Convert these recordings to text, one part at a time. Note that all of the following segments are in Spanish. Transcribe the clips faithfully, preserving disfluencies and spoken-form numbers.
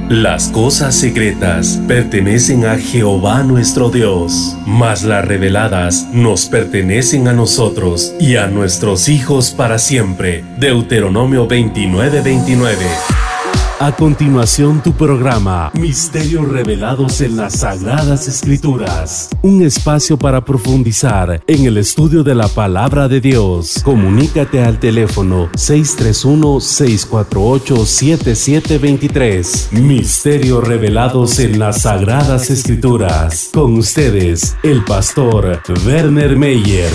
Las cosas secretas pertenecen a Jehová nuestro Dios, mas las reveladas nos pertenecen a nosotros y a nuestros hijos para siempre. Deuteronomio veintinueve veintinueve. A continuación, tu programa Misterios Revelados en las Sagradas Escrituras. Un espacio para profundizar en el estudio de la Palabra de Dios. Comunícate al teléfono seis tres uno, seis cuatro ocho, siete siete dos tres. Misterios Revelados en las Sagradas Escrituras. Con ustedes, el pastor Werner Meyer.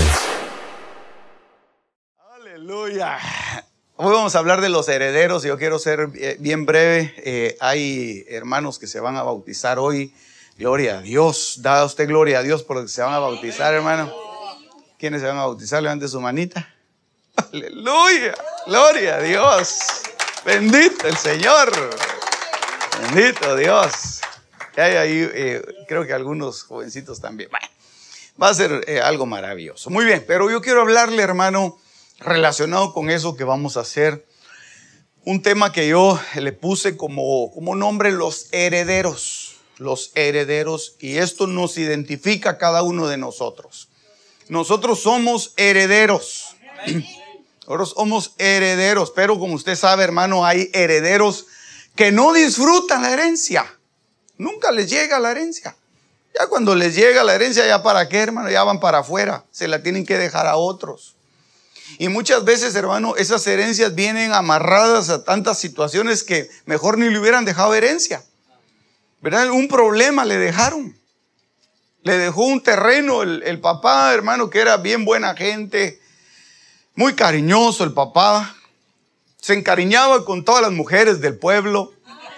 Aleluya. Hoy vamos a hablar de los herederos y yo quiero ser bien breve. Eh, hay hermanos que se van a bautizar hoy. Gloria a Dios. Da usted gloria a Dios por los que se van a bautizar, hermano. ¿Quiénes se van a bautizar? Levante su manita. Aleluya. Gloria a Dios. Bendito el Señor. Bendito Dios. Y hay ahí, eh, creo que algunos jovencitos también. Bueno, va a ser eh, algo maravilloso. Muy bien, pero yo quiero hablarle, hermano, relacionado con eso que vamos a hacer, un tema que yo le puse como, como nombre, los herederos, los herederos, y esto nos identifica a cada uno de nosotros. Nosotros somos herederos, nosotros somos herederos, pero como usted sabe, hermano, hay herederos que no disfrutan la herencia, nunca les llega la herencia. Ya cuando les llega la herencia, ¿ya para qué, hermano? Ya van para afuera, se la tienen que dejar a otros. Y muchas veces, hermano, esas herencias vienen amarradas a tantas situaciones que mejor ni le hubieran dejado herencia, ¿verdad? Un problema le dejaron. Le dejó un terreno el, el papá, hermano, que era bien buena gente, muy cariñoso el papá. Se encariñaba con todas las mujeres del pueblo.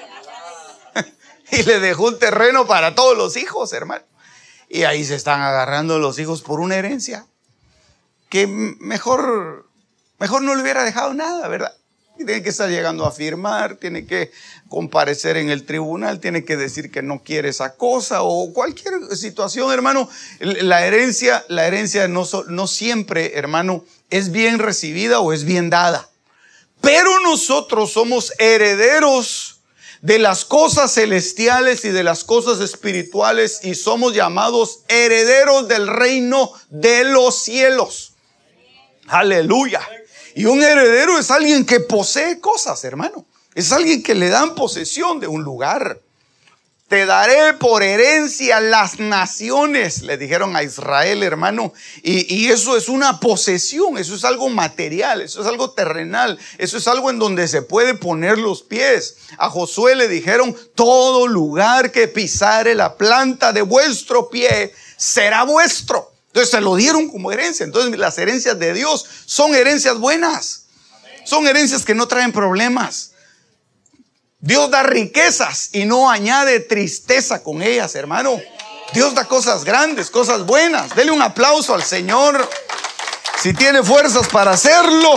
Y le dejó un terreno para todos los hijos, hermano. Y ahí se están agarrando los hijos por una herencia que mejor, mejor no le hubiera dejado nada, ¿verdad? Tiene que estar llegando a firmar, tiene que comparecer en el tribunal, tiene que decir que no quiere esa cosa o cualquier situación, hermano. La herencia, la herencia no, no siempre, hermano, es bien recibida o es bien dada. Pero nosotros somos herederos de las cosas celestiales y de las cosas espirituales y somos llamados herederos del reino de los cielos. Aleluya. Y un heredero es alguien que posee cosas, hermano. Es alguien que le dan posesión de un lugar. Te daré por herencia las naciones, le dijeron a Israel, hermano. Y, y eso es una posesión, eso es algo material, eso es algo terrenal, eso es algo en donde se puede poner los pies. A Josué le dijeron, todo lugar que pisare la planta de vuestro pie será vuestro. Entonces se lo dieron como herencia. Entonces las herencias de Dios son herencias buenas. Son herencias que no traen problemas. Dios da riquezas y no añade tristeza con ellas, hermano. Dios da cosas grandes, cosas buenas. Dele un aplauso al Señor si tiene fuerzas para hacerlo.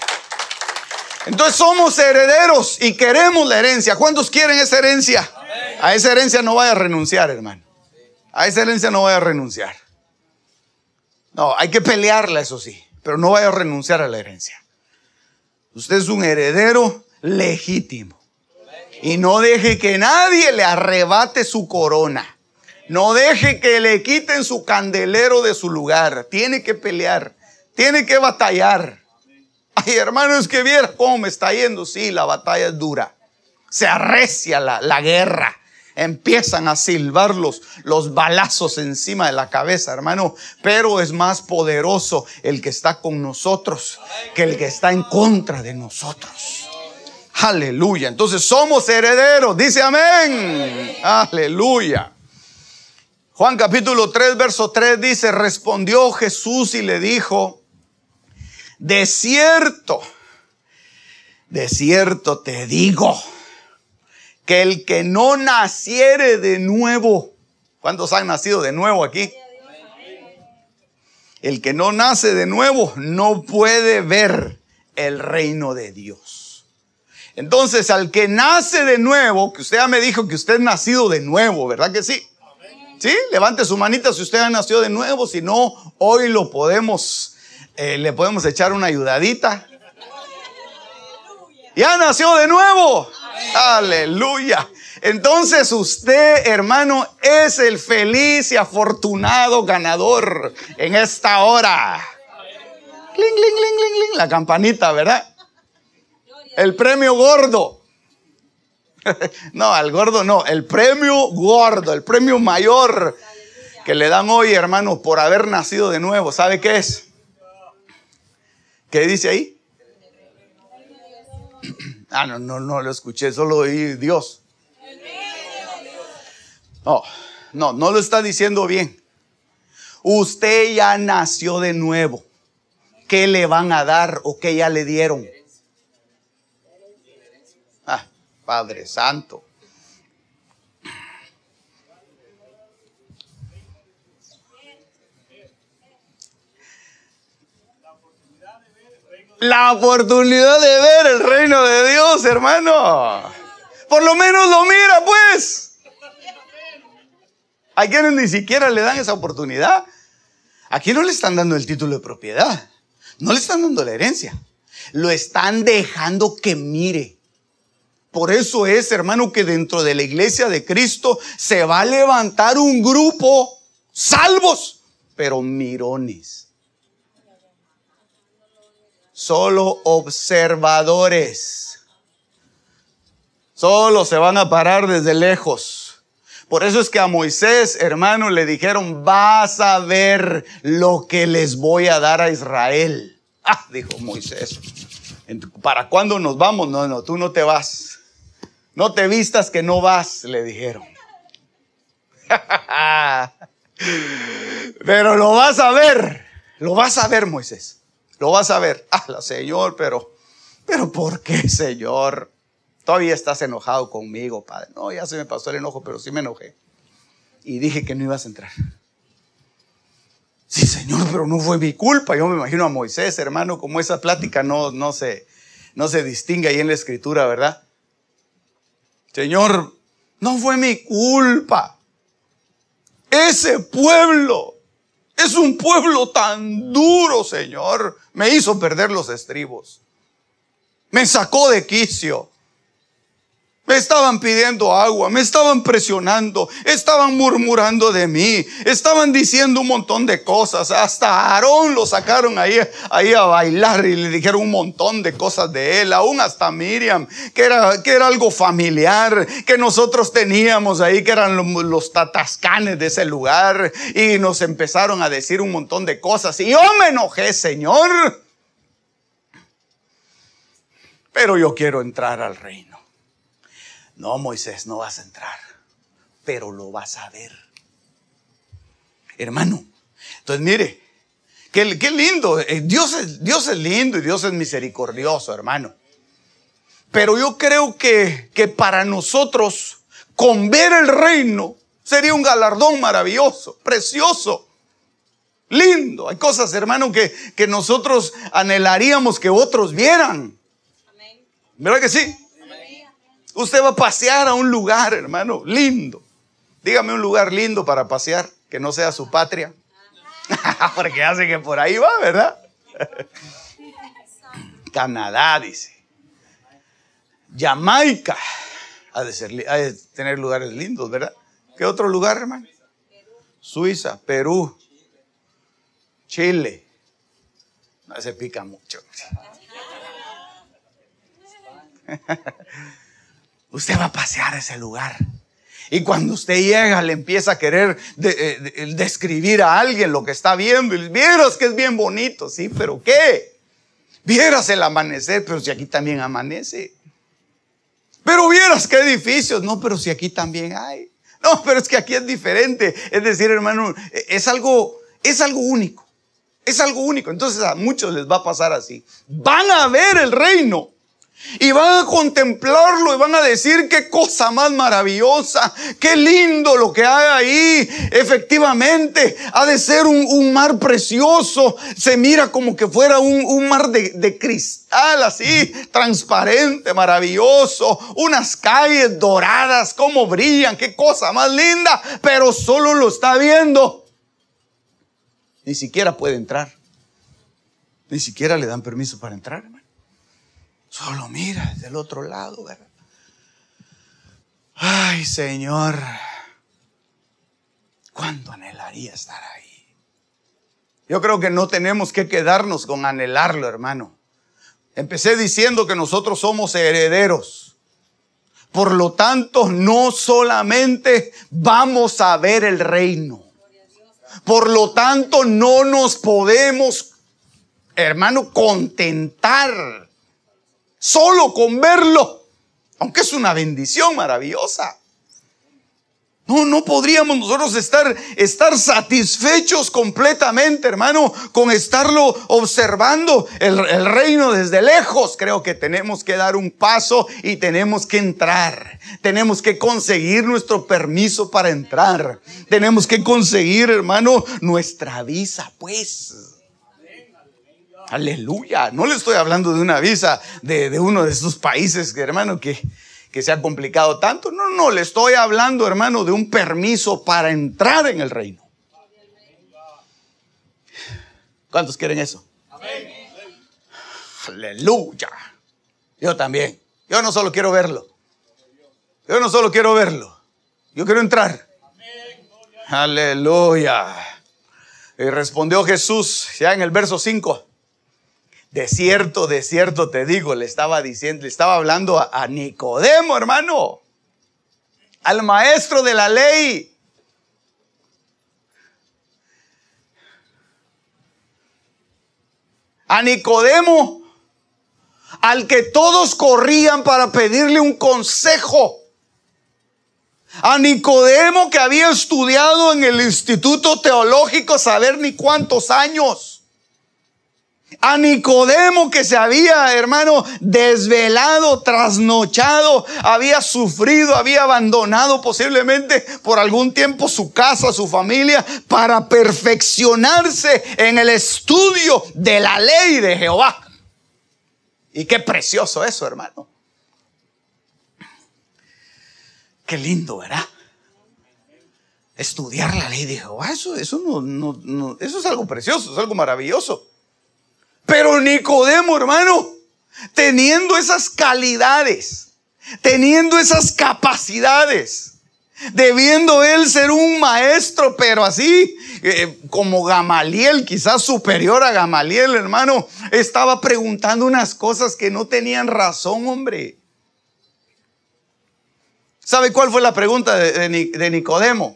Entonces somos herederos y queremos la herencia. ¿Cuántos quieren esa herencia? A esa herencia no vaya a renunciar, hermano. A esa herencia no vaya a renunciar. No, hay que pelearla, eso sí, pero no vaya a renunciar a la herencia. Usted es un heredero legítimo. Y no deje que nadie le arrebate su corona. No deje que le quiten su candelero de su lugar. Tiene que pelear, tiene que batallar. Ay, hermano, es que viera cómo me está yendo. Sí, la batalla es dura. Se arrecia la, la guerra. Empiezan a silbar los, los balazos encima de la cabeza, hermano. Pero es más poderoso el que está con nosotros que el que está en contra de nosotros. Aleluya. Entonces somos herederos. Dice amén. Aleluya. Juan capítulo tres, verso tres dice, respondió Jesús y le dijo, de cierto, de cierto te digo, que el que no naciere de nuevo. ¿Cuántos han nacido de nuevo aquí? El que no nace de nuevo no puede ver el reino de Dios. Entonces, al que nace de nuevo, que usted ya me dijo que usted es nacido de nuevo, ¿verdad que sí? ¿Sí? Levante su manita si usted ha nacido de nuevo. Si no, hoy lo podemos, eh, le podemos echar una ayudadita. Ya nació de nuevo. Aleluya. Entonces usted, hermano, es el feliz y afortunado ganador en esta hora. Cling, cling, cling, cling, cling, la campanita, ¿verdad? El premio gordo. No, al gordo no, el premio gordo, el premio mayor que le dan hoy, hermano, por haber nacido de nuevo. ¿Sabe qué es? ¿Qué dice ahí? Ah, no, no, no lo escuché, solo oí Dios. No, no, no lo está diciendo bien. Usted ya nació de nuevo. ¿Qué le van a dar o qué ya le dieron? Ah, Padre Santo. La oportunidad de ver el reino de Dios, hermano. Por lo menos lo mira, pues. ¿A quienes ni siquiera le dan esa oportunidad? Aquí no le están dando el título de propiedad. No le están dando la herencia. Lo están dejando que mire. Por eso es, hermano, que dentro de la iglesia de Cristo se va a levantar un grupo salvos, pero mirones. Solo observadores. Solo se van a parar desde lejos. Por eso es que a Moisés, hermano, le dijeron: vas a ver lo que les voy a dar a Israel. Ah, dijo Moisés, ¿para cuándo nos vamos? No, no, tú no te vas. No te vistas que no vas, le dijeron. Pero lo vas a ver. Lo vas a ver, Moisés. Lo vas a ver. Ah, Señor, pero, pero ¿por qué, Señor? Todavía estás enojado conmigo, Padre. No, ya se me pasó el enojo, pero sí me enojé. Y dije que no ibas a entrar. Sí, Señor, pero no fue mi culpa. Yo me imagino a Moisés, hermano, como esa plática no, no, se, no se distingue ahí en la escritura, ¿verdad? Señor, no fue mi culpa. Ese pueblo es un pueblo tan duro, Señor. Me hizo perder los estribos. Me sacó de quicio. Me estaban pidiendo agua, me estaban presionando, estaban murmurando de mí, estaban diciendo un montón de cosas. Hasta a Aarón lo sacaron ahí, ahí a bailar y le dijeron un montón de cosas de él. Aún hasta Miriam, que era, que era algo familiar, que nosotros teníamos ahí, que eran los, los tatascanes de ese lugar. Y nos empezaron a decir un montón de cosas. Y yo me enojé, Señor. Pero yo quiero entrar al reino. No, Moisés, no vas a entrar, pero lo vas a ver. Hermano, entonces mire, qué, qué lindo. Dios es, Dios es lindo y Dios es misericordioso, hermano. Pero yo creo que, que para nosotros, con ver el reino, sería un galardón maravilloso, precioso, lindo. Hay cosas, hermano, que, que nosotros anhelaríamos que otros vieran. ¿Verdad que sí? Usted va a pasear a un lugar, hermano, lindo. Dígame un lugar lindo para pasear, que no sea su patria. Porque hace que por ahí va, ¿verdad? Canadá, dice. Jamaica. Ha de, ser, ha de tener lugares lindos, ¿verdad? ¿Qué otro lugar, hermano? Suiza, Perú, Chile. No, se pica mucho. Usted va a pasear a ese lugar. Y cuando usted llega, le empieza a querer de, de, de, describir a alguien lo que está viendo. Y vieras que es bien bonito. Sí, pero ¿qué? Vieras el amanecer, pero si aquí también amanece. Pero vieras qué edificios. No, pero si aquí también hay. No, pero es que aquí es diferente. Es decir, hermano, es algo, es algo único. Es algo único. Entonces a muchos les va a pasar así. Van a ver el reino. Y van a contemplarlo y van a decir: qué cosa más maravillosa, qué lindo lo que hay ahí. Efectivamente, ha de ser un, un mar precioso. Se mira como que fuera un, un mar de, de cristal, así, transparente, maravilloso. Unas calles doradas, cómo brillan, qué cosa más linda. Pero solo lo está viendo. Ni siquiera puede entrar. Ni siquiera le dan permiso para entrar, hermano. Solo mira desde el otro lado, ¿verdad? Ay, Señor, ¿cuánto anhelaría estar ahí? Yo creo que no tenemos que quedarnos con anhelarlo, hermano. Empecé diciendo que nosotros somos herederos. Por lo tanto, no solamente vamos a ver el reino. Por lo tanto, no nos podemos, hermano, contentar solo con verlo. Aunque es una bendición maravillosa. No, no podríamos nosotros estar, estar satisfechos completamente, hermano, con estarlo observando el, el reino desde lejos. Creo que tenemos que dar un paso y tenemos que entrar. Tenemos que conseguir nuestro permiso para entrar. Tenemos que conseguir, hermano, nuestra visa, pues. Aleluya. No le estoy hablando de una visa de, de uno de estos países, hermano, que... que se ha complicado tanto. No, no, le estoy hablando, hermano, de un permiso para entrar en el reino. ¿Cuántos quieren eso? Amén. Aleluya. Yo también. Yo no solo quiero verlo. Yo no solo quiero verlo. Yo quiero entrar. Amén. Aleluya. Y respondió Jesús, ya en el verso cinco. De cierto, de cierto te digo, le estaba diciendo, le estaba hablando a, a Nicodemo, hermano, al maestro de la ley. A Nicodemo, al que todos corrían para pedirle un consejo. A Nicodemo, que había estudiado en el instituto teológico saber ni cuántos años. A Nicodemo, que se había, hermano, desvelado, trasnochado, había sufrido, había abandonado posiblemente por algún tiempo su casa, su familia, para perfeccionarse en el estudio de la ley de Jehová. Y qué precioso eso, hermano. Qué lindo, ¿verdad? Estudiar la ley de Jehová, eso, eso, no, no, no, eso es algo precioso, es algo maravilloso. Pero Nicodemo, hermano, teniendo esas calidades, teniendo esas capacidades, debiendo él ser un maestro, pero así eh, como Gamaliel, quizás superior a Gamaliel, hermano, estaba preguntando unas cosas que no tenían razón, hombre. ¿Sabe cuál fue la pregunta de, de, de Nicodemo?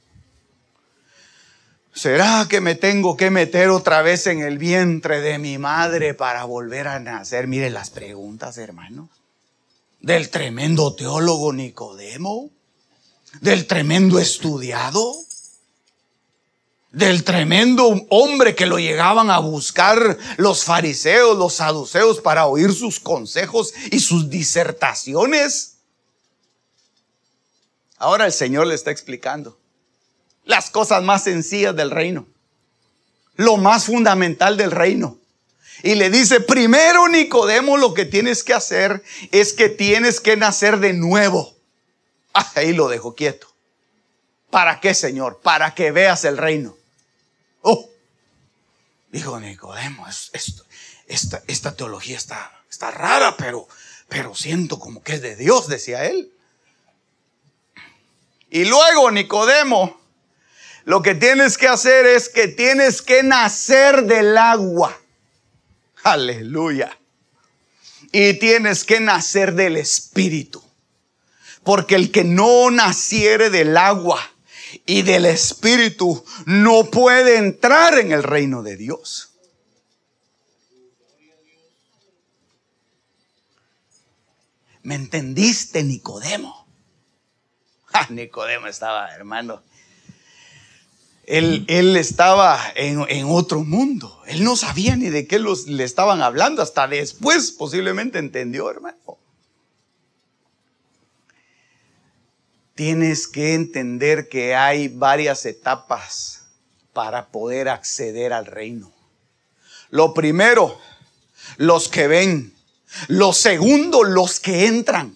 ¿Será que me tengo que meter otra vez en el vientre de mi madre para volver a nacer? Mire las preguntas, hermano. Del tremendo teólogo Nicodemo. Del tremendo estudiado. Del tremendo hombre que lo llegaban a buscar los fariseos, los saduceos para oír sus consejos y sus disertaciones. Ahora el Señor le está explicando las cosas más sencillas del reino, lo más fundamental del reino. Y le dice, primero, Nicodemo, lo que tienes que hacer es que tienes que nacer de nuevo. Ah, ahí lo dejo quieto. ¿Para qué, Señor? Para que veas el reino. Oh, dijo Nicodemo, esto, esta, esta teología está, está rara, pero, pero siento como que es de Dios, decía él. Y luego, Nicodemo, lo que tienes que hacer es que tienes que nacer del agua. Aleluya. Y tienes que nacer del Espíritu. Porque el que no naciere del agua y del Espíritu no puede entrar en el reino de Dios. ¿Me entendiste, Nicodemo? Ah, Nicodemo estaba, hermano. Él, él estaba en, en otro mundo. Él no sabía ni de qué los, le estaban hablando. Hasta después posiblemente entendió, hermano. Tienes que entender que hay varias etapas para poder acceder al reino. Lo primero, los que ven. Lo segundo, los que entran.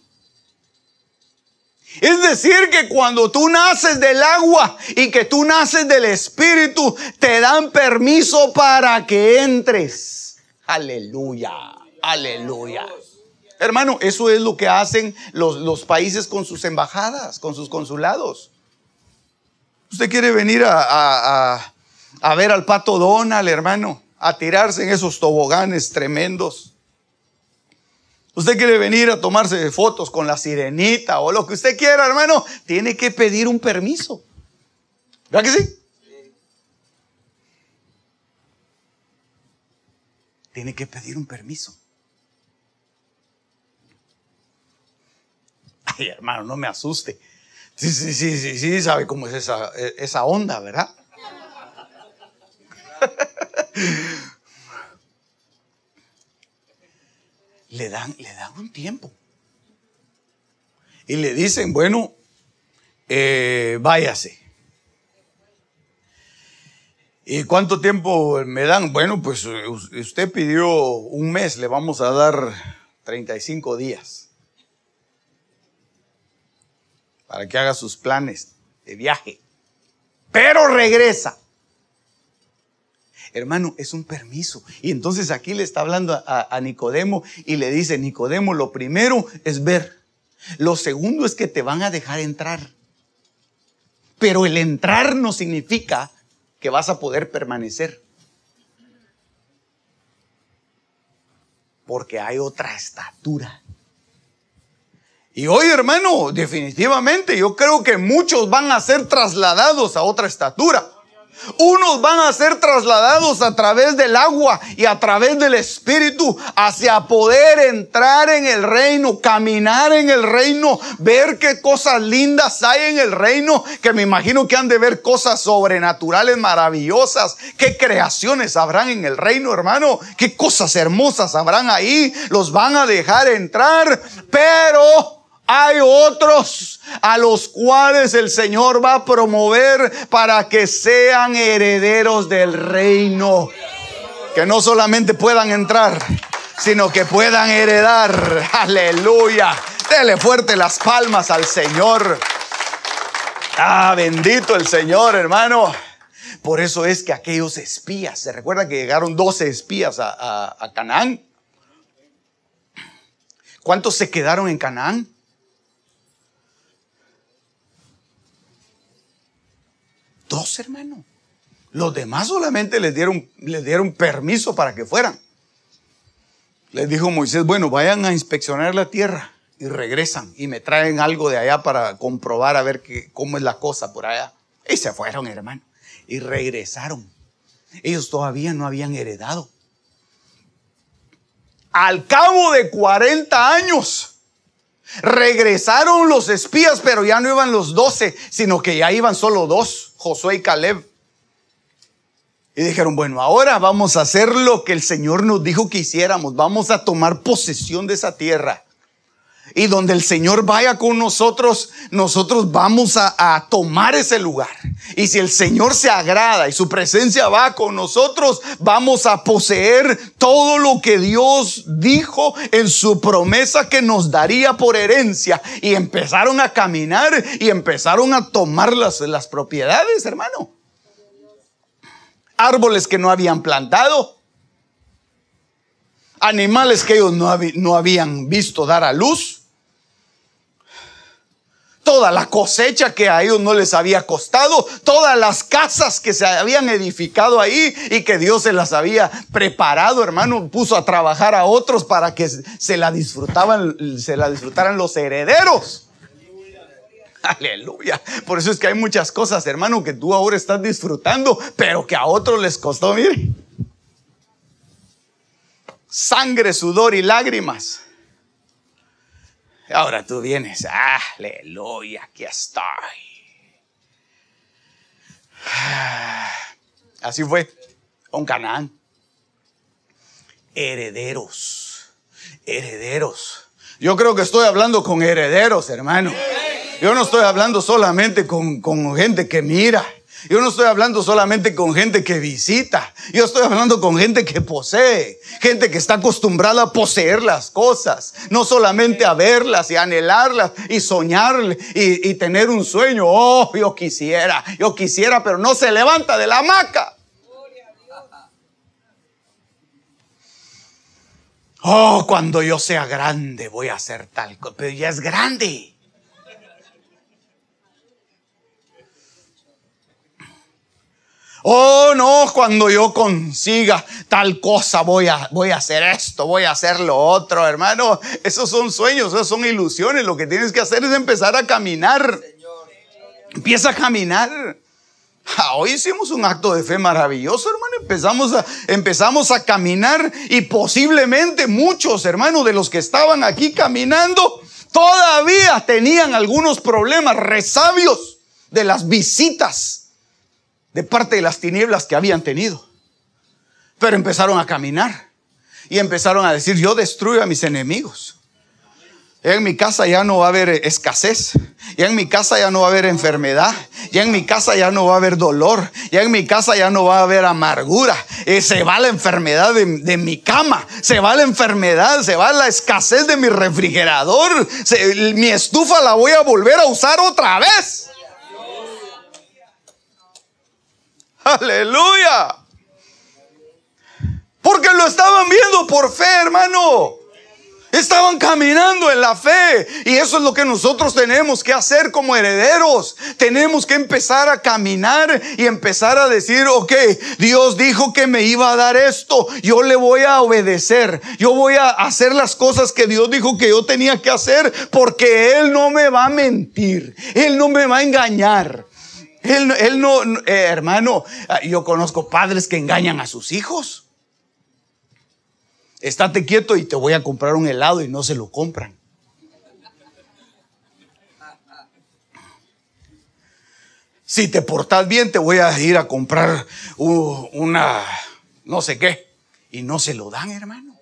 Es decir, que cuando tú naces del agua y que tú naces del Espíritu, te dan permiso para que entres. Aleluya, aleluya. Hermano, eso es lo que hacen los, los países con sus embajadas, con sus consulados. Usted quiere venir a, a, a, a ver al Pato Donald, hermano, a tirarse en esos toboganes tremendos. Usted quiere venir a tomarse fotos con la sirenita o lo que usted quiera, hermano, tiene que pedir un permiso. ¿Verdad que sí? Tiene que pedir un permiso. Ay, hermano, no me asuste. Sí, sí, sí, sí, sí, sabe cómo es esa, esa onda, ¿verdad? Le dan, le dan un tiempo. Y le dicen, bueno, eh, váyase. ¿Y cuánto tiempo me dan? Bueno, pues usted pidió un mes, le vamos a dar treinta y cinco días. Para que haga sus planes de viaje. Pero regresa. Hermano, es un permiso. Y entonces aquí le está hablando a, a Nicodemo y le dice, Nicodemo, lo primero es ver. Lo segundo es que te van a dejar entrar. Pero el entrar no significa que vas a poder permanecer. Porque hay otra estatura. Y hoy, hermano, definitivamente yo creo que muchos van a ser trasladados a otra estatura. Unos van a ser trasladados a través del agua y a través del Espíritu hacia poder entrar en el reino, caminar en el reino, ver qué cosas lindas hay en el reino, que me imagino que han de ver cosas sobrenaturales maravillosas. Qué creaciones habrán en el reino, hermano, qué cosas hermosas habrán ahí. Los van a dejar entrar, pero hay otros a los cuales el Señor va a promover para que sean herederos del reino. Que no solamente puedan entrar, sino que puedan heredar. Aleluya. Dele fuerte las palmas al Señor. Ah, bendito el Señor, hermano. Por eso es que aquellos espías, ¿se recuerda que llegaron doce espías a, a, a Canaán? ¿Cuántos se quedaron en Canaán? Dos, hermano. Los demás solamente les dieron, les dieron permiso para que fueran. Les dijo Moisés, bueno, vayan a inspeccionar la tierra y regresan y me traen algo de allá para comprobar a ver qué, cómo es la cosa por allá. Y se fueron, hermano, y regresaron. Ellos todavía no habían heredado. Al cabo de cuarenta años regresaron los espías, pero ya no iban los doce, sino que ya iban solo dos, Josué y Caleb. Y dijeron, bueno, ahora vamos a hacer lo que el Señor nos dijo que hiciéramos. Vamos a tomar posesión de esa tierra. Y donde el Señor vaya con nosotros, nosotros vamos a, a tomar ese lugar. Y si el Señor se agrada y su presencia va con nosotros, vamos a poseer todo lo que Dios dijo en su promesa que nos daría por herencia. Y empezaron a caminar y empezaron a tomar las, las propiedades, hermano. Árboles que no habían plantado. Animales que ellos no, hab- no habían visto dar a luz. Toda la cosecha que a ellos no les había costado. Todas las casas que se habían edificado ahí y que Dios se las había preparado, hermano. Puso a trabajar a otros para que se la disfrutaban, se la disfrutaran los herederos. Aleluya. Por eso es que hay muchas cosas, hermano, que tú ahora estás disfrutando, pero que a otros les costó, mire. Sangre, sudor y lágrimas. Ahora tú vienes, aleluya, aquí estoy. Así fue con Canaán. Herederos, herederos. Yo creo que estoy hablando con herederos, hermano. Yo no estoy hablando solamente con, con gente que mira. Yo no estoy hablando solamente con gente que visita. Yo estoy hablando con gente que posee. Gente que está acostumbrada a poseer las cosas. No solamente a verlas y anhelarlas y soñar y, y tener un sueño. Oh, yo quisiera, yo quisiera, pero no se levanta de la hamaca. Oh, cuando yo sea grande voy a hacer tal cosa. Pero ya es grande. Oh, no, cuando yo consiga tal cosa voy a, voy a hacer esto, voy a hacer lo otro, hermano. Esos son sueños, esos son ilusiones. Lo que tienes que hacer es empezar a caminar. Empieza a caminar. Ah, hoy hicimos un acto de fe maravilloso, hermano. Empezamos a, empezamos a caminar y posiblemente muchos, hermanos, de los que estaban aquí caminando todavía tenían algunos problemas, resabios de las visitas de parte de las tinieblas que habían tenido. Pero empezaron a caminar y empezaron a decir: yo destruyo a mis enemigos. Ya en mi casa ya no va a haber escasez. Ya en mi casa ya no va a haber enfermedad. Ya en mi casa ya no va a haber dolor. Ya en mi casa ya no va a haber amargura. Eh, se va la enfermedad de, de mi cama. Se va la enfermedad. Se va la escasez de mi refrigerador. Se, mi estufa la voy a volver a usar otra vez. Aleluya. Porque lo estaban viendo por fe, hermano. Estaban caminando en la fe. Y eso es lo que nosotros tenemos que hacer como herederos. Tenemos que empezar a caminar y empezar a decir: ok, Dios dijo que me iba a dar esto. Yo le voy a obedecer. Yo voy a hacer las cosas que Dios dijo que yo tenía que hacer, porque Él no me va a mentir. Él no me va a engañar. Él, él no, eh, hermano, yo conozco padres que engañan a sus hijos. Estate quieto y te voy a comprar un helado, y no se lo compran. Si te portas bien, te voy a ir a comprar uh, una no sé qué, y no se lo dan, hermano.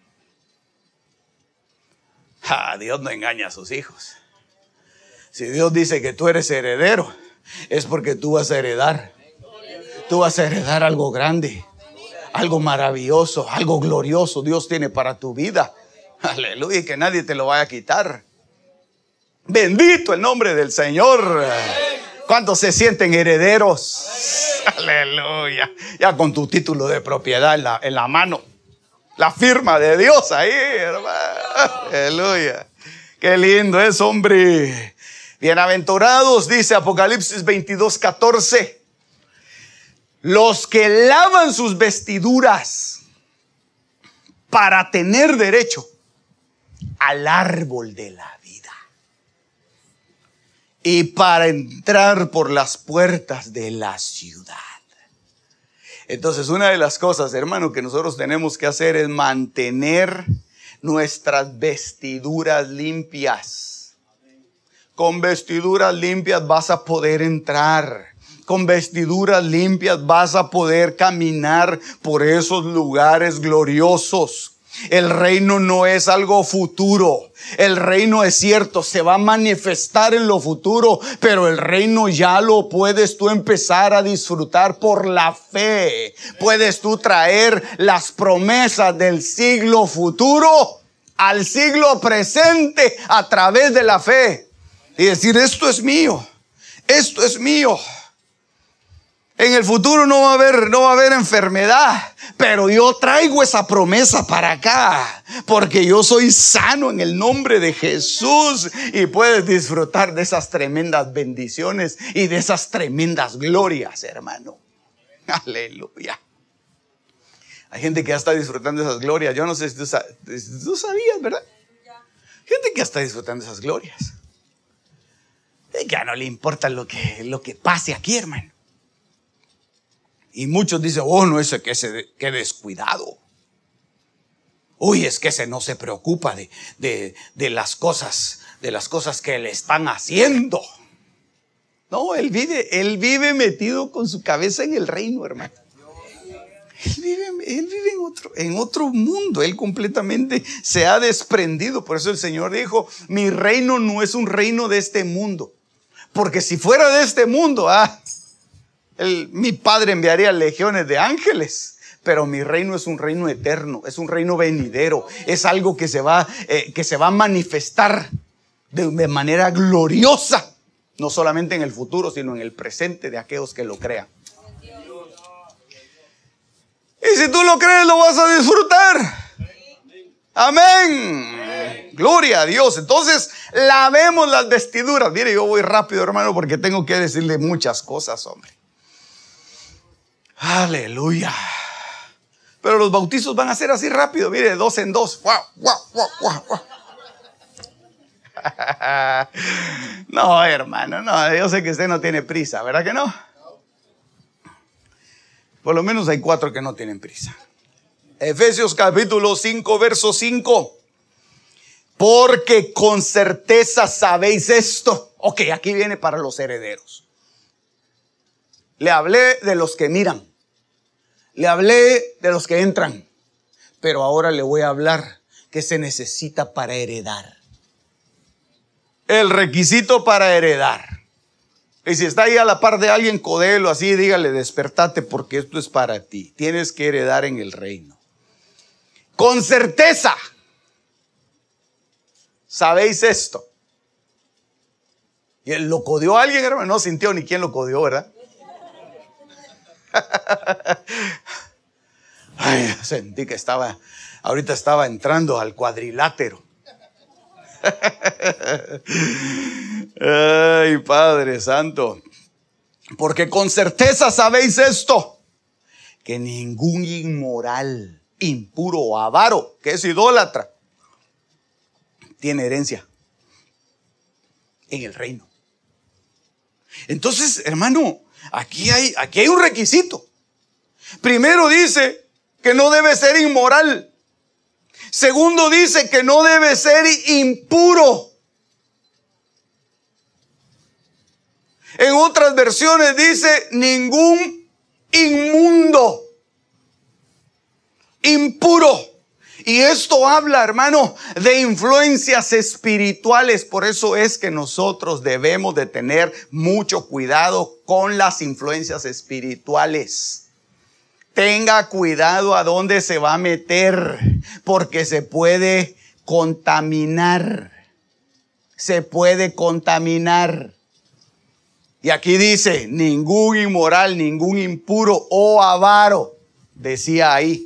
Ah, Dios no engaña a sus hijos. Si Dios dice que tú eres heredero, es porque tú vas a heredar. Tú vas a heredar algo grande, algo maravilloso, algo glorioso Dios tiene para tu vida. Aleluya, y que nadie te lo vaya a quitar. Bendito el nombre del Señor. ¿Cuántos se sienten herederos? Aleluya. Ya con tu título de propiedad en la, en la mano, la firma de Dios ahí, hermano. Aleluya. Qué lindo es, hombre. Bienaventurados, dice Apocalipsis veintidós, catorce, los que lavan sus vestiduras para tener derecho al árbol de la vida y para entrar por las puertas de la ciudad. Entonces, una de las cosas, hermano, que nosotros tenemos que hacer es mantener nuestras vestiduras limpias. Con vestiduras limpias vas a poder entrar. Con vestiduras limpias vas a poder caminar por esos lugares gloriosos. El reino no es algo futuro. El reino es cierto, se va a manifestar en lo futuro, pero el reino ya lo puedes tú empezar a disfrutar por la fe. Puedes tú traer las promesas del siglo futuro al siglo presente a través de la fe. Y decir: esto es mío, esto es mío. En el futuro no va a haber, no va a haber enfermedad, pero yo traigo esa promesa para acá, porque yo soy sano en el nombre de Jesús. Y puedes disfrutar de esas tremendas bendiciones y de esas tremendas glorias, hermano. Aleluya. Hay gente que ya está disfrutando de esas glorias. Yo no sé si tú, si tú sabías, ¿verdad? Gente que ya está disfrutando de esas glorias. Ya no le importa lo que, lo que pase aquí, hermano. Y muchos dicen: oh, no, ese que ese que descuidado. Uy, es que ese no se preocupa de, de, de las cosas, de las cosas que le están haciendo. No, él vive, él vive metido con su cabeza en el reino, hermano. Él vive, él vive en otro, en otro mundo. Él completamente se ha desprendido. Por eso el Señor dijo: mi reino no es un reino de este mundo. Porque si fuera de este mundo, ah, el, mi Padre enviaría legiones de ángeles. Pero mi reino es un reino eterno, es un reino venidero, es algo que se va, eh, que se va a manifestar de, de manera gloriosa, no solamente en el futuro, sino en el presente de aquellos que lo crean. Y si tú lo crees, lo vas a disfrutar. Amén. Amén. Gloria a Dios. Entonces, lavemos las vestiduras. Mire, yo voy rápido, hermano, porque tengo que decirle muchas cosas, hombre. Aleluya. Pero los bautizos van a ser así rápido. Mire, de dos en dos. Wow, wow, wow, wow, wow. No, hermano, no. Yo sé que usted no tiene prisa, ¿verdad que no? Por lo menos hay cuatro que no tienen prisa. Efesios capítulo cinco, verso cinco. Porque con certeza sabéis esto. Ok, aquí viene para los herederos. Le hablé de los que miran. Le hablé de los que entran. Pero ahora le voy a hablar que se necesita para heredar. El requisito para heredar. Y si está ahí a la par de alguien, codelo así, dígale, despertate porque esto es para ti. Tienes que heredar en el reino. Con certeza. ¿Sabéis esto? Y él lo codeó a alguien, hermano. No sintió ni quién lo codeó, ¿verdad? Ay, sentí que estaba, ahorita estaba entrando al cuadrilátero. Ay, Padre Santo. Porque con certeza sabéis esto, que ningún inmoral, impuro o avaro, que es idólatra, tiene herencia en el reino. Entonces, hermano, aquí hay, aquí hay un requisito. Primero dice que no debe ser inmoral. Segundo dice que no debe ser impuro. En otras versiones dice ningún inmundo, impuro. Y esto habla, hermano, de influencias espirituales. Por eso es que nosotros debemos de tener mucho cuidado con las influencias espirituales. Tenga cuidado a dónde se va a meter, porque se puede contaminar. Se puede contaminar. Y aquí dice, ningún inmoral, ningún impuro o avaro, decía ahí,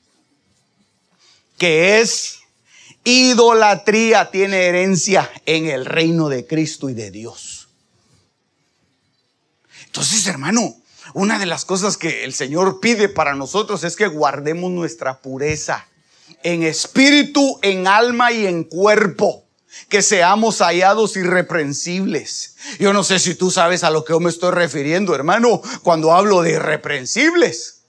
que es idolatría, tiene herencia en el reino de Cristo y de Dios. Entonces, hermano, una de las cosas que el Señor pide para nosotros es que guardemos nuestra pureza en espíritu, en alma y en cuerpo. Que seamos hallados irreprensibles. Yo no sé si tú sabes a lo que yo me estoy refiriendo, hermano, cuando hablo de irreprensibles.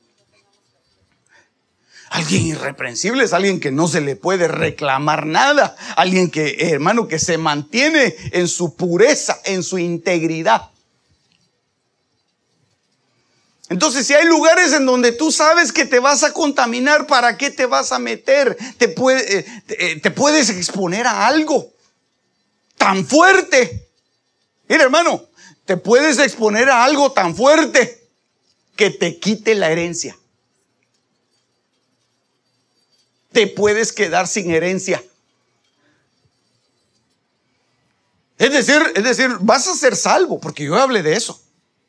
Alguien irreprensible es alguien que no se le puede reclamar nada. Alguien que, hermano, que se mantiene en su pureza, en su integridad. Entonces, si hay lugares en donde tú sabes que te vas a contaminar, ¿para qué te vas a meter? Te, puede, te, te puedes exponer a algo tan fuerte. Mira, hermano, te puedes exponer a algo tan fuerte que te quite la herencia. Te puedes quedar sin herencia. Es decir, es decir, vas a ser salvo, porque yo hablé de eso.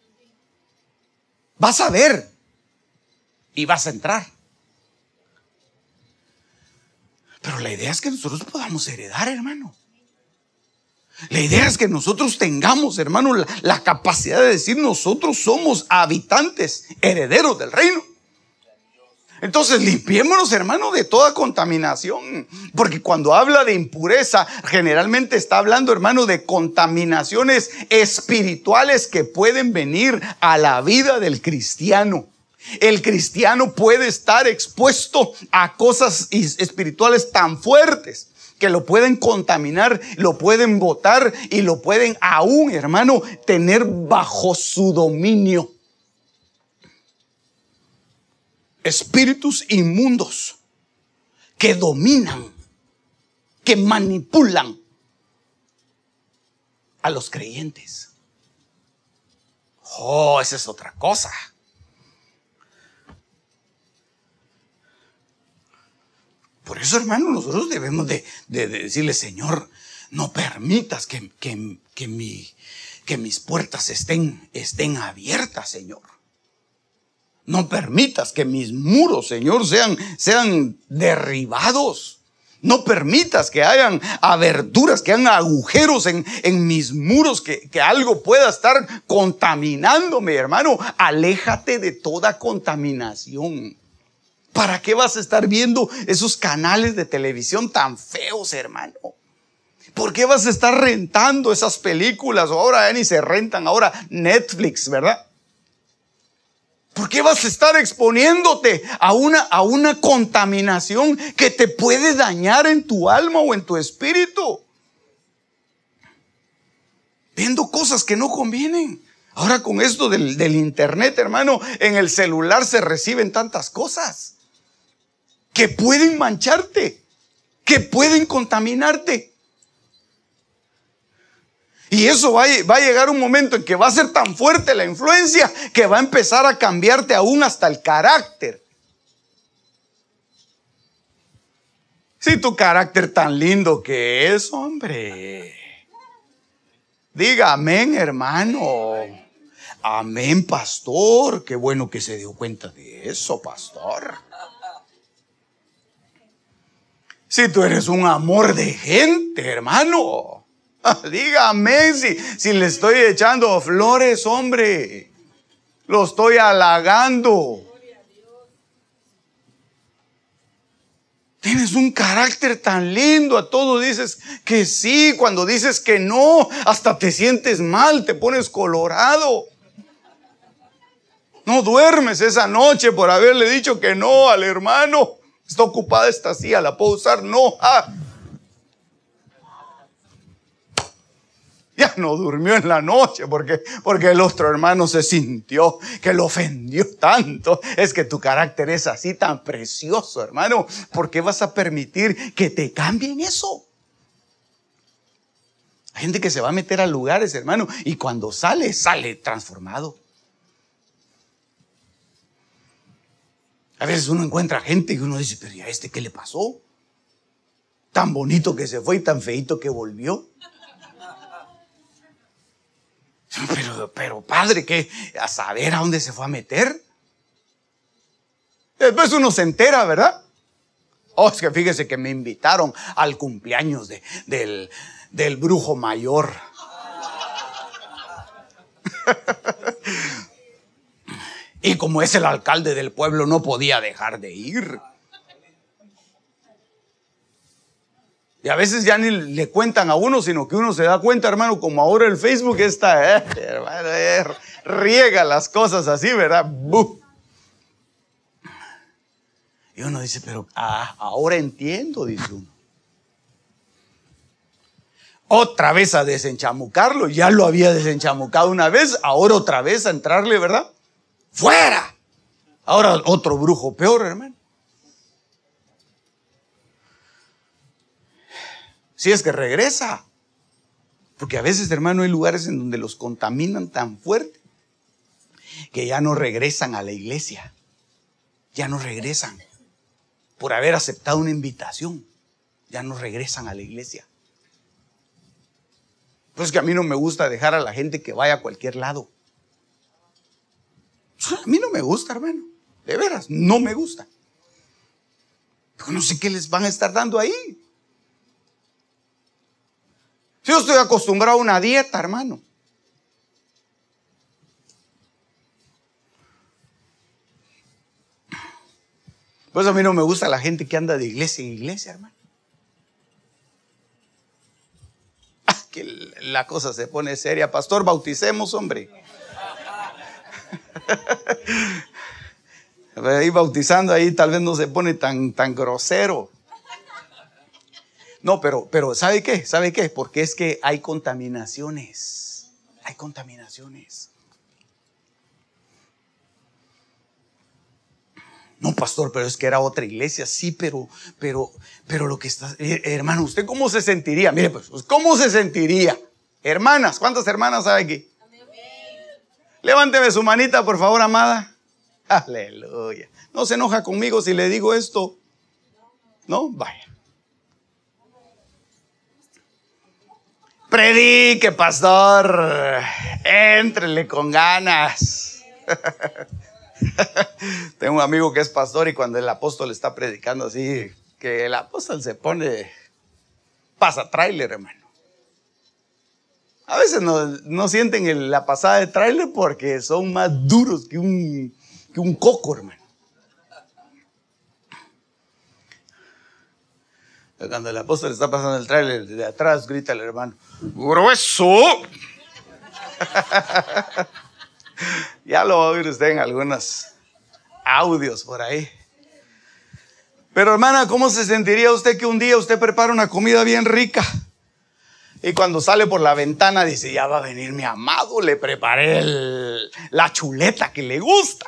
Vas a ver y vas a entrar. Pero la idea es que nosotros podamos heredar, hermano. La idea es que nosotros tengamos, hermano, la, la capacidad de decir nosotros somos habitantes, herederos del reino. Entonces limpiémonos, hermano, de toda contaminación. Porque cuando habla de impureza, generalmente está hablando, hermano, de contaminaciones espirituales que pueden venir a la vida del cristiano. El cristiano puede estar expuesto a cosas espirituales tan fuertes que lo pueden contaminar, lo pueden botar y lo pueden aún, hermano, tener bajo su dominio. Espíritus inmundos que dominan, que manipulan a los creyentes. Oh, esa es otra cosa. Por eso, hermano, nosotros debemos de, de, de decirle, Señor, no permitas que, que, que, mi, que mis puertas estén, estén abiertas, Señor. No permitas que mis muros, Señor, sean, sean derribados. No permitas que hayan aberturas, que hayan agujeros en, en mis muros, que, que algo pueda estar contaminándome, hermano. Aléjate de toda contaminación. ¿Para qué vas a estar viendo esos canales de televisión tan feos, hermano? ¿Por qué vas a estar rentando esas películas? O ahora ya ni se rentan, ahora Netflix, ¿verdad? ¿Por qué vas a estar exponiéndote a una, a una contaminación que te puede dañar en tu alma o en tu espíritu? Viendo cosas que no convienen. Ahora con esto del, del internet, hermano, en el celular se reciben tantas cosas que pueden mancharte, que pueden contaminarte. Y eso va a, va a llegar un momento en que va a ser tan fuerte la influencia que va a empezar a cambiarte aún hasta el carácter. Si tu carácter tan lindo que es, hombre. Diga amén, hermano. Amén, pastor. Qué bueno que se dio cuenta de eso, pastor. Si tú eres un amor de gente, hermano. Dígame si, si le estoy echando flores, hombre. Lo estoy halagando. Tienes un carácter tan lindo, a todo dices que sí, cuando dices que no, hasta te sientes mal, te pones colorado. No duermes esa noche por haberle dicho que no al hermano. Está ocupada esta silla, la puedo usar, no. Ah. Ya no durmió en la noche porque, porque el otro hermano se sintió que lo ofendió tanto. Es que tu carácter es así tan precioso, hermano. ¿Por qué vas a permitir que te cambien eso? Hay gente que se va a meter a lugares, hermano, y cuando sale, sale transformado. A veces uno encuentra gente y uno dice, pero ¿y a este qué le pasó? Tan bonito que se fue y tan feito que volvió. Pero, pero padre, ¿qué? A saber a dónde se fue a meter. Después uno se entera, ¿verdad? Oh, es que fíjese que me invitaron al cumpleaños de, del, del brujo mayor. Y como es el alcalde del pueblo, no podía dejar de ir. Y a veces ya ni le cuentan a uno, sino que uno se da cuenta, hermano, como ahora el Facebook está, eh, hermano, eh, riega las cosas así, ¿verdad? ¡Buf! Y uno dice, pero ah, ahora entiendo, dice uno. Otra vez a desenchamucarlo, ya lo había desenchamucado una vez, ahora otra vez a entrarle, ¿verdad? ¡Fuera! Ahora otro brujo peor, hermano. Si es que regresa. Porque a veces, hermano, hay lugares en donde los contaminan tan fuerte que ya no regresan a la iglesia. Ya no regresan. Por haber aceptado una invitación, ya no regresan a la iglesia. Pues que a mí no me gusta dejar a la gente que vaya a cualquier lado. A mí no me gusta, hermano. De veras, no me gusta. Yo no sé qué les van a estar dando ahí. Yo estoy acostumbrado a una dieta, hermano. Pues a mí no me gusta la gente que anda de iglesia en iglesia, hermano. Ah, que la cosa se pone seria. Pastor, bauticemos, hombre. Ahí bautizando ahí tal vez no se pone tan, tan grosero. No, pero, pero ¿sabe qué? ¿Sabe qué? Porque es que hay contaminaciones. Hay contaminaciones. No, pastor, pero es que era otra iglesia. Sí, pero, pero, pero lo que está... Eh, hermano, ¿usted cómo se sentiría? Mire, pues, ¿cómo se sentiría? Hermanas, ¿cuántas hermanas hay aquí? Levánteme su manita, por favor, amada. Aleluya. ¿No se enoja conmigo si le digo esto? ¿No? Vaya. Predique, pastor. Éntrele con ganas. Tengo un amigo que es pastor y cuando el apóstol está predicando así, que el apóstol se pone, pasa tráiler, hermano. A veces no, no sienten el, la pasada de tráiler porque son más duros que un, que un coco, hermano. Cuando el apóstol está pasando el tráiler, de atrás grita el hermano: ¡grueso! Ya lo va a oír usted en algunos audios por ahí. Pero hermana, ¿cómo se sentiría usted que un día usted prepara una comida bien rica y cuando sale por la ventana dice: ya va a venir mi amado, le preparé el, la chuleta que le gusta?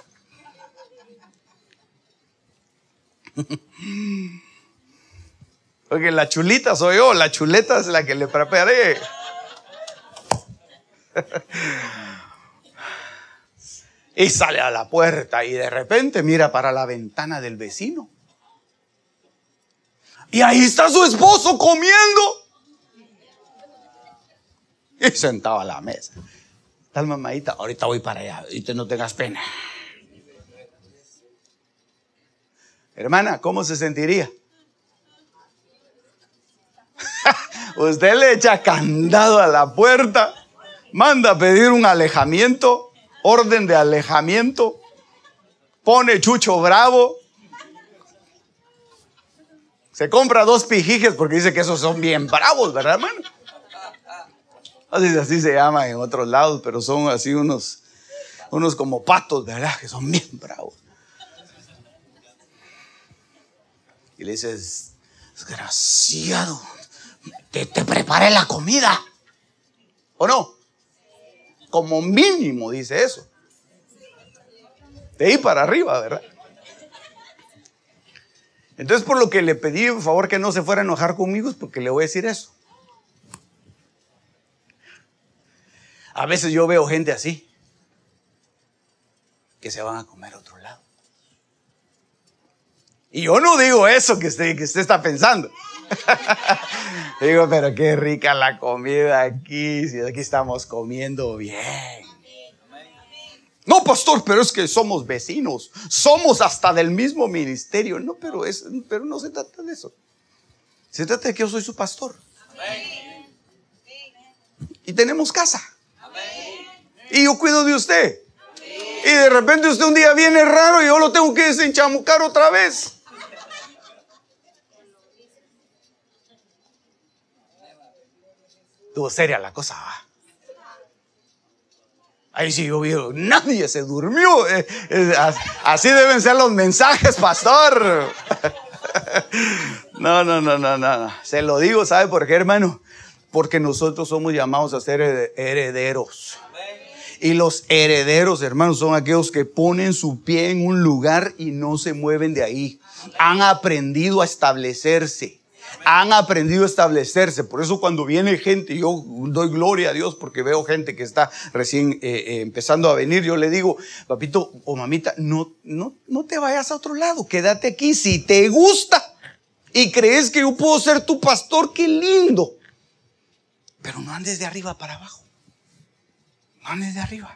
Porque la chulita soy yo, la chuleta es la que le preparé. Y sale a la puerta y de repente mira para la ventana del vecino. Y ahí está su esposo comiendo. Y sentado a la mesa. Tal mamadita, ahorita voy para allá, y te no tengas pena. Hermana, ¿cómo se sentiría? Usted le echa candado a la puerta, manda a pedir un alejamiento, orden de alejamiento, pone Chucho Bravo, se compra dos pijijes porque dice que esos son bien bravos, ¿verdad, hermano? Así, así se llama en otros lados, pero son así unos, unos como patos, ¿verdad? Que son bien bravos. Y le dices: desgraciado, te, te preparé la comida, ¿o no? Como mínimo dice eso. De ahí para arriba, ¿verdad? Entonces, por lo que le pedí, por favor, que no se fuera a enojar conmigo, es porque le voy a decir eso. A veces yo veo gente así, que se van a comer a otro lado. Y yo no digo eso que usted, que usted está pensando. Digo, pero qué rica la comida aquí, si aquí estamos comiendo bien. No, pastor, pero es que somos vecinos, somos hasta del mismo ministerio. No, pero, es, pero no se trata de eso. Se trata de que yo soy su pastor. Y tenemos casa. Y yo cuido de usted. Y de repente usted un día viene raro y yo lo tengo que desenchamucar otra vez. Estuvo seria la cosa, ¿va? Ahí sí yo vi, nadie se durmió. Eh, eh, así deben ser los mensajes, pastor. No, no, no, no, no. Se lo digo, ¿sabe por qué, hermano? Porque nosotros somos llamados a ser herederos. Y los herederos, hermanos, son aquellos que ponen su pie en un lugar y no se mueven de ahí. Han aprendido a establecerse. Han aprendido a establecerse. Por eso cuando viene gente, yo doy gloria a Dios porque veo gente que está recién eh, eh, empezando a venir. Yo le digo: papito o mamita, no, no, no te vayas a otro lado. Quédate aquí. Si te gusta y crees que yo puedo ser tu pastor, qué lindo. Pero no andes de arriba para abajo. No andes de arriba.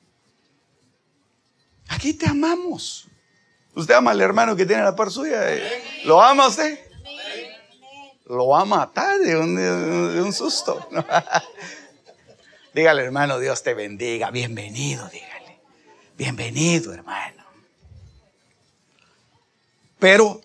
Aquí te amamos. Usted ama al hermano que tiene la par suya. ¿Lo ama usted? Lo va a matar de un, de un susto. Dígale: hermano, Dios te bendiga. Bienvenido, dígale. Bienvenido, hermano. Pero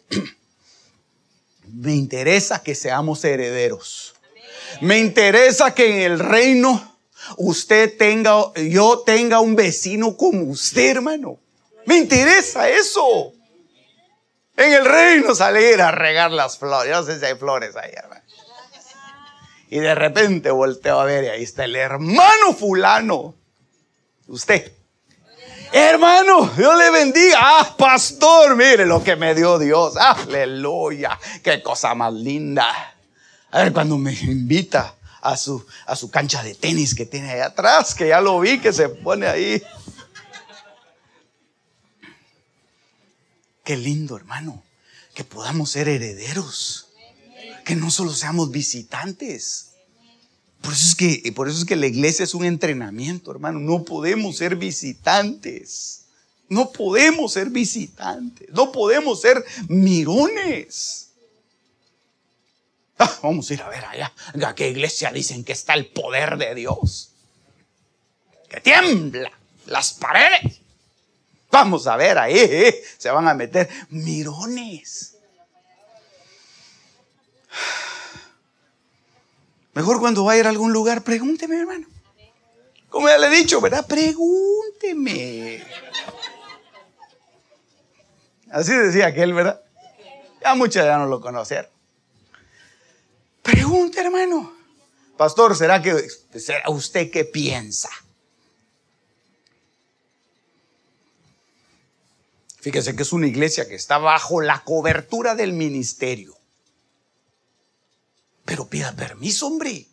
me interesa que seamos herederos. Me interesa que en el reino usted tenga, yo tenga un vecino como usted, hermano. Me interesa eso. En el reino salir a regar las flores. Yo no sé si hay flores ahí, hermano. Y de repente volteo a ver y ahí está el hermano fulano. Usted. Hermano, Dios le bendiga. Ah, pastor, mire lo que me dio Dios. Aleluya. Qué cosa más linda. A ver, cuando me invita a su, a su cancha de tenis que tiene ahí atrás, que ya lo vi que se pone ahí. Qué lindo, hermano, que podamos ser herederos, que no solo seamos visitantes. Por eso es que, por eso es que la iglesia es un entrenamiento, hermano. No podemos ser visitantes. No podemos ser visitantes, no podemos ser mirones. Ah, vamos a ir a ver allá, ¿a qué iglesia dicen que está el poder de Dios? Que tiembla las paredes. Vamos a ver ahí, eh, se van a meter mirones. Mejor cuando vaya a ir a algún lugar, pregúnteme, hermano. Como ya le he dicho, ¿verdad? Pregúnteme. Así decía aquel, ¿verdad? Ya muchos ya no lo conocieron. Pregunte, hermano. Pastor, ¿será que será usted qué piensa? Fíjese que es una iglesia que está bajo la cobertura del ministerio. Pero pida permiso, hombre.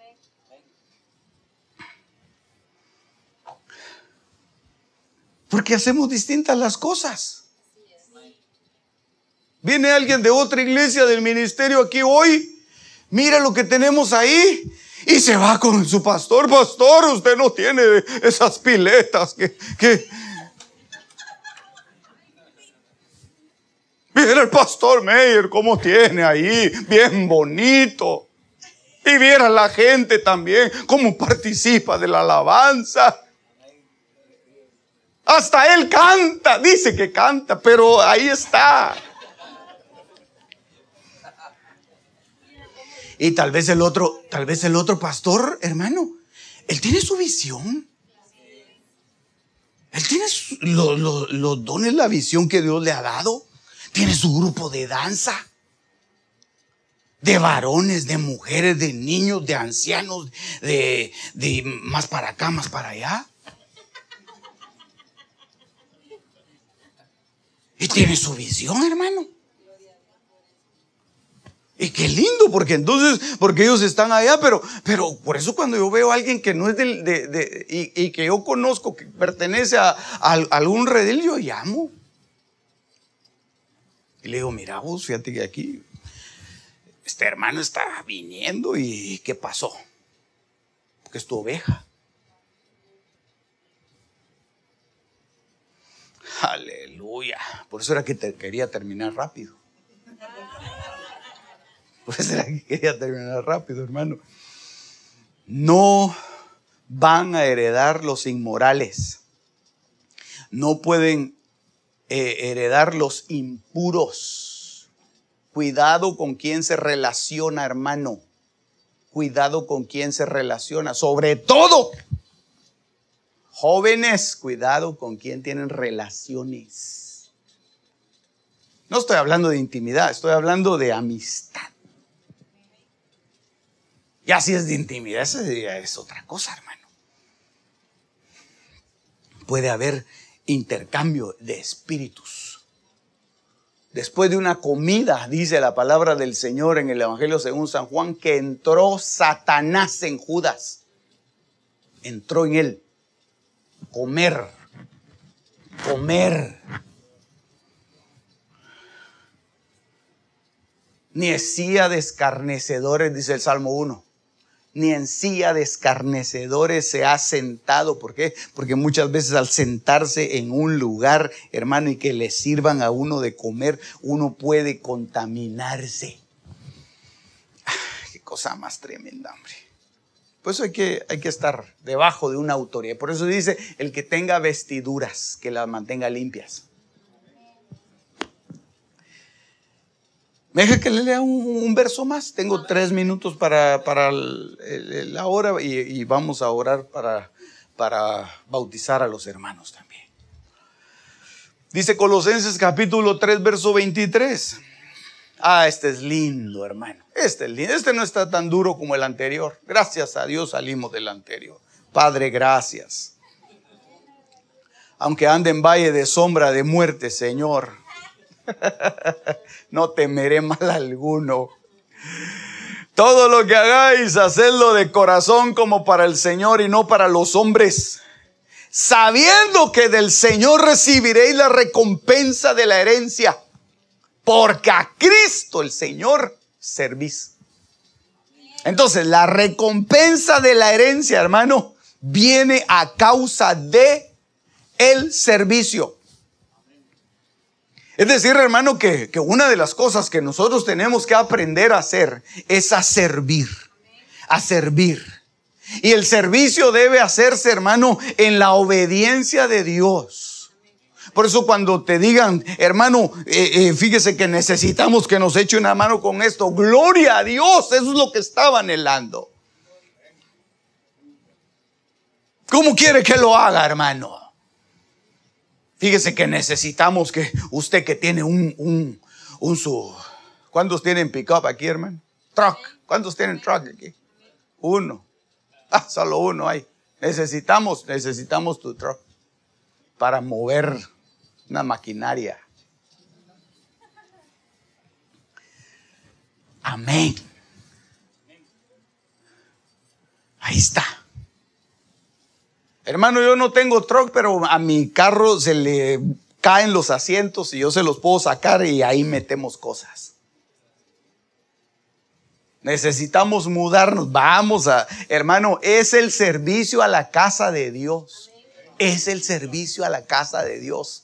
Porque hacemos distintas las cosas. Viene alguien de otra iglesia del ministerio aquí hoy. Mira lo que tenemos ahí. Y se va con su pastor. Pastor, usted no tiene esas piletas que... que... Mira el pastor Meyer cómo tiene ahí, bien bonito. Y viera la gente también cómo participa de la alabanza. Hasta él canta, dice que canta, pero ahí está. Y tal vez el otro, tal vez el otro pastor, hermano, él tiene su visión. Él tiene su, lo, lo, los dones, la visión que Dios le ha dado. Tiene su grupo de danza, de varones, de mujeres, de niños, de ancianos, de, de más para acá, más para allá. Y tiene su visión, hermano. Y qué lindo, porque entonces, porque ellos están allá, pero, pero por eso cuando yo veo a alguien que no es del, de, de, y, y que yo conozco, que pertenece a, a, a algún redil, yo llamo. Y le digo, mira vos, fíjate que aquí este hermano está viniendo y ¿qué pasó? Porque es tu oveja. Aleluya. Por eso era que te quería terminar rápido. Por eso era que quería terminar rápido, hermano. No van a heredar los inmorales. No pueden Eh, heredar los impuros. Cuidado con quién se relaciona, hermano. Cuidado con quién se relaciona. Sobre todo, jóvenes, cuidado con quién tienen relaciones. No estoy hablando de intimidad, estoy hablando de amistad. Ya si es de intimidad, eso es otra cosa, hermano. Puede haber intercambio de espíritus. Después de una comida, dice la palabra del Señor en el Evangelio según San Juan, que entró Satanás en Judas. Entró en él. Comer. Comer. Ni en silla de escarnecedores, dice el Salmo uno. Ni en silla de escarnecedores se ha sentado. ¿Por qué? Porque muchas veces al sentarse en un lugar, hermano, y que le sirvan a uno de comer, uno puede contaminarse. Qué cosa más tremenda, hombre. Por eso hay que, hay que estar debajo de una autoridad. Por eso dice, el que tenga vestiduras, que las mantenga limpias. ¿Me deja que le lea un, un verso más? Tengo tres minutos para, para el, el, la hora y, y vamos a orar para, para bautizar a los hermanos también. Dice Colosenses capítulo tres, verso veintitrés. Ah, este es lindo, hermano. Este es lindo. Este no está tan duro como el anterior. Gracias a Dios salimos del anterior. Padre, gracias. Aunque ande en valle de sombra de muerte, Señor, no temeré mal alguno. Todo lo que hagáis, hacedlo de corazón como para el Señor y no para los hombres, sabiendo que del Señor recibiréis la recompensa de la herencia, porque a Cristo el Señor servís. Entonces, la recompensa de la herencia, hermano, viene a causa de el servicio. Es decir, hermano, que, que una de las cosas que nosotros tenemos que aprender a hacer es a servir, a servir. Y el servicio debe hacerse, hermano, en la obediencia de Dios. Por eso cuando te digan, hermano, eh, eh, fíjese que necesitamos que nos eche una mano con esto, gloria a Dios, eso es lo que estaba anhelando. ¿Cómo quiere que lo haga, hermano? Fíjese que necesitamos que usted que tiene un, un, un su... ¿Cuántos tienen pick-up aquí, hermano? Truck. ¿Cuántos tienen truck aquí? Uno. Ah, solo uno hay. Necesitamos, necesitamos tu truck para mover una maquinaria. Amén. Ahí está. Hermano, yo no tengo truck, pero a mi carro se le caen los asientos y yo se los puedo sacar y ahí metemos cosas. Necesitamos mudarnos. Vamos a, hermano, es el servicio a la casa de Dios. Es el servicio a la casa de Dios.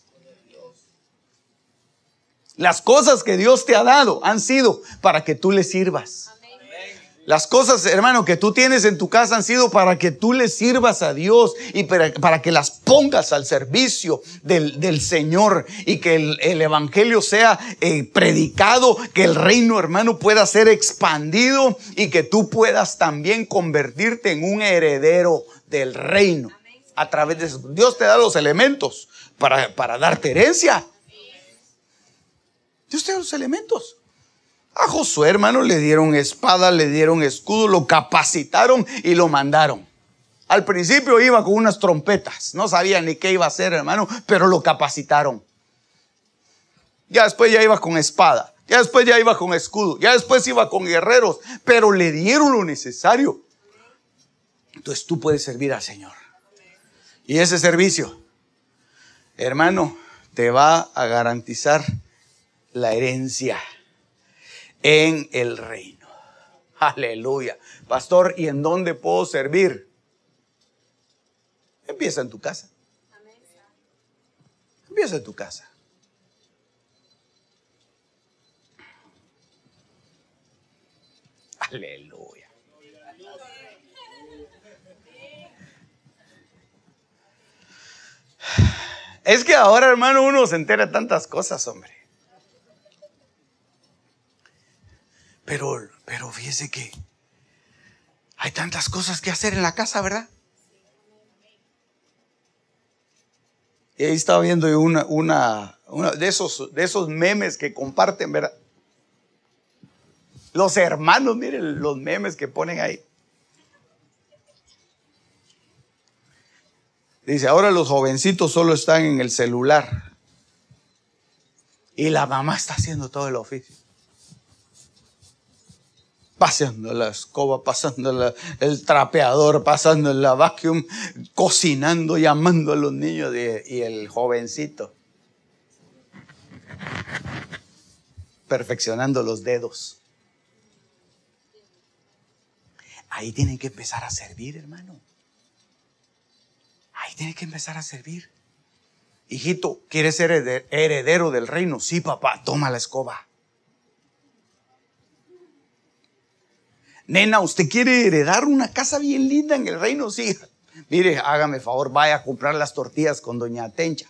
Las cosas que Dios te ha dado han sido para que tú le sirvas. Las cosas, hermano, que tú tienes en tu casa han sido para que tú le sirvas a Dios y para, para que las pongas al servicio del, del Señor y que el, el evangelio sea eh, predicado, que el reino, hermano, pueda ser expandido y que tú puedas también convertirte en un heredero del reino. A través de eso, Dios te da los elementos para, para darte herencia. Dios te da los elementos. A Josué, hermano, le dieron espada, le dieron escudo, lo capacitaron y lo mandaron. Al principio iba con unas trompetas, no sabía ni qué iba a hacer, hermano, pero lo capacitaron. Ya después ya iba con espada, ya después ya iba con escudo, ya después iba con guerreros, pero le dieron lo necesario. Entonces tú puedes servir al Señor. Y ese servicio, hermano, te va a garantizar la herencia en el reino. Aleluya. Pastor, ¿y en dónde puedo servir? Empieza en tu casa. Empieza en tu casa. Aleluya. Es que ahora, hermano, uno se entera de tantas cosas, hombre. Pero, pero fíjese que hay tantas cosas que hacer en la casa, ¿verdad? Y ahí estaba viendo yo una, una, una de esos, de esos memes que comparten, ¿verdad? Los hermanos, miren los memes que ponen ahí. Dice, ahora los jovencitos solo están en el celular y la mamá está haciendo todo el oficio. Pasando la escoba, pasando la, el trapeador, pasando la vacuum, cocinando, llamando a los niños de, y el jovencito perfeccionando los dedos. Ahí tienen que empezar a servir, hermano. Ahí tienen que empezar a servir. Hijito, ¿quieres ser heredero del reino? Sí, papá, toma la escoba. Nena, ¿usted quiere heredar una casa bien linda en el reino? Sí. Mire, hágame favor, vaya a comprar las tortillas con doña Tencha.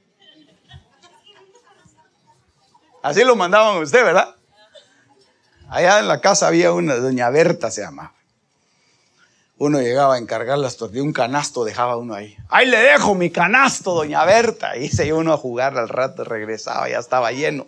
Así lo mandaban a usted, ¿verdad? Allá en la casa había una, doña Berta se llamaba. Uno llegaba a encargar las tortillas, un canasto dejaba uno ahí. Ahí le dejo mi canasto, doña Berta. Y se iba uno a jugar, al rato regresaba, ya estaba lleno.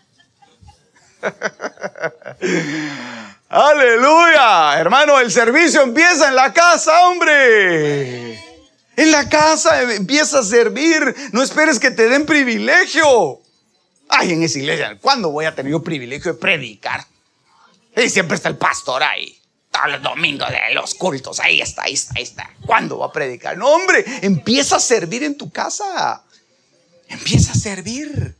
Aleluya, hermano, el servicio empieza en la casa, hombre. En la casa empieza a servir. No esperes que te den privilegio. Ay, en esa iglesia, ¿cuándo voy a tener yo privilegio de predicar? Y siempre está el pastor ahí. Todos los domingos de los cultos, ahí está, ahí está, ahí está. ¿Cuándo va a predicar? No, hombre, empieza a servir en tu casa. Empieza a servir.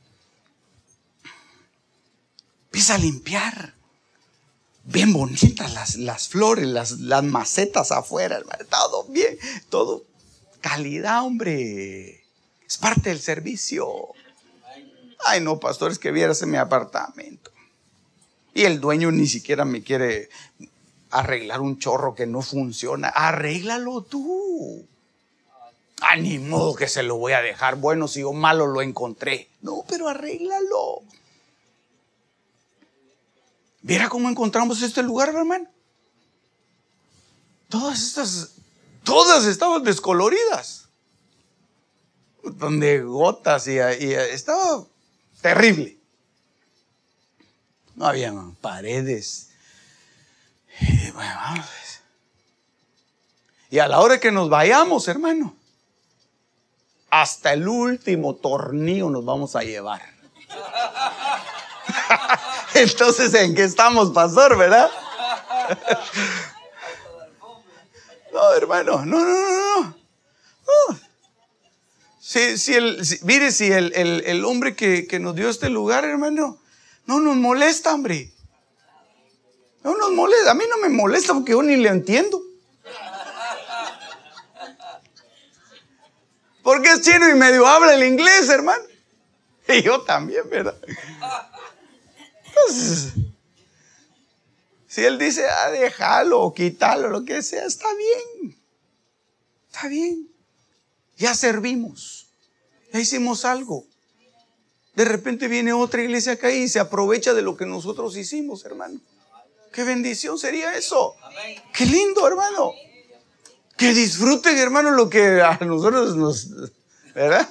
Empieza a limpiar. Bien bonitas las, las flores, las, las macetas afuera, hermano. Todo bien, todo calidad, hombre. Es parte del servicio. Ay, no, pastor, es que vieras en mi apartamento. Y el dueño ni siquiera me quiere arreglar un chorro que no funciona. Arréglalo tú. Ah, ni modo que se lo voy a dejar. Bueno, si yo malo lo encontré. No, pero arréglalo. ¿Viera cómo encontramos este lugar, hermano? Todas estas, todas estaban descoloridas. Donde gotas y, y estaba terrible. No había paredes. Y, bueno, vamos. Y a la hora que nos vayamos, hermano, hasta el último tornillo nos vamos a llevar. Entonces, ¿en qué estamos, pastor, verdad? No, hermano, no, no, no, no. no. Si, si el, si, mire, si el, el, el hombre que, que nos dio este lugar, hermano, no nos molesta, hombre. No nos molesta. A mí no me molesta porque yo ni le entiendo. Porque es chino y medio habla el inglés, hermano. Y yo también, ¿verdad? Entonces, si él dice, ah, déjalo o quítalo, lo que sea, está bien. Está bien. Ya servimos. Ya hicimos algo. De repente viene otra iglesia acá y se aprovecha de lo que nosotros hicimos, hermano. Qué bendición sería eso. Qué lindo, hermano. Que disfruten, hermano, lo que a nosotros nos... ¿verdad?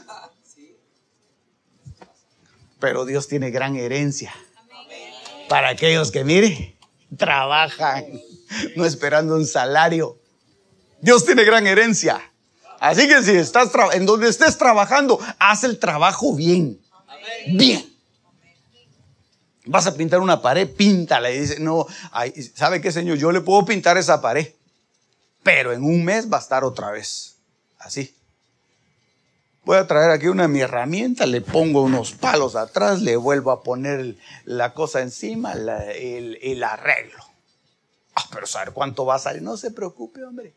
Pero Dios tiene gran herencia. Para aquellos que, mire, trabajan, no esperando un salario. Dios tiene gran herencia. Así que si estás en donde estés trabajando, haz el trabajo bien. Bien. Vas a pintar una pared, píntala. Y dice, no, ay, ¿sabe qué, señor? Yo le puedo pintar esa pared, pero en un mes va a estar otra vez así. Voy a traer aquí una mi herramienta, le pongo unos palos atrás, le vuelvo a poner la cosa encima la, el, el arreglo. Ah, pero ¿saber cuánto va a salir? No se preocupe, hombre.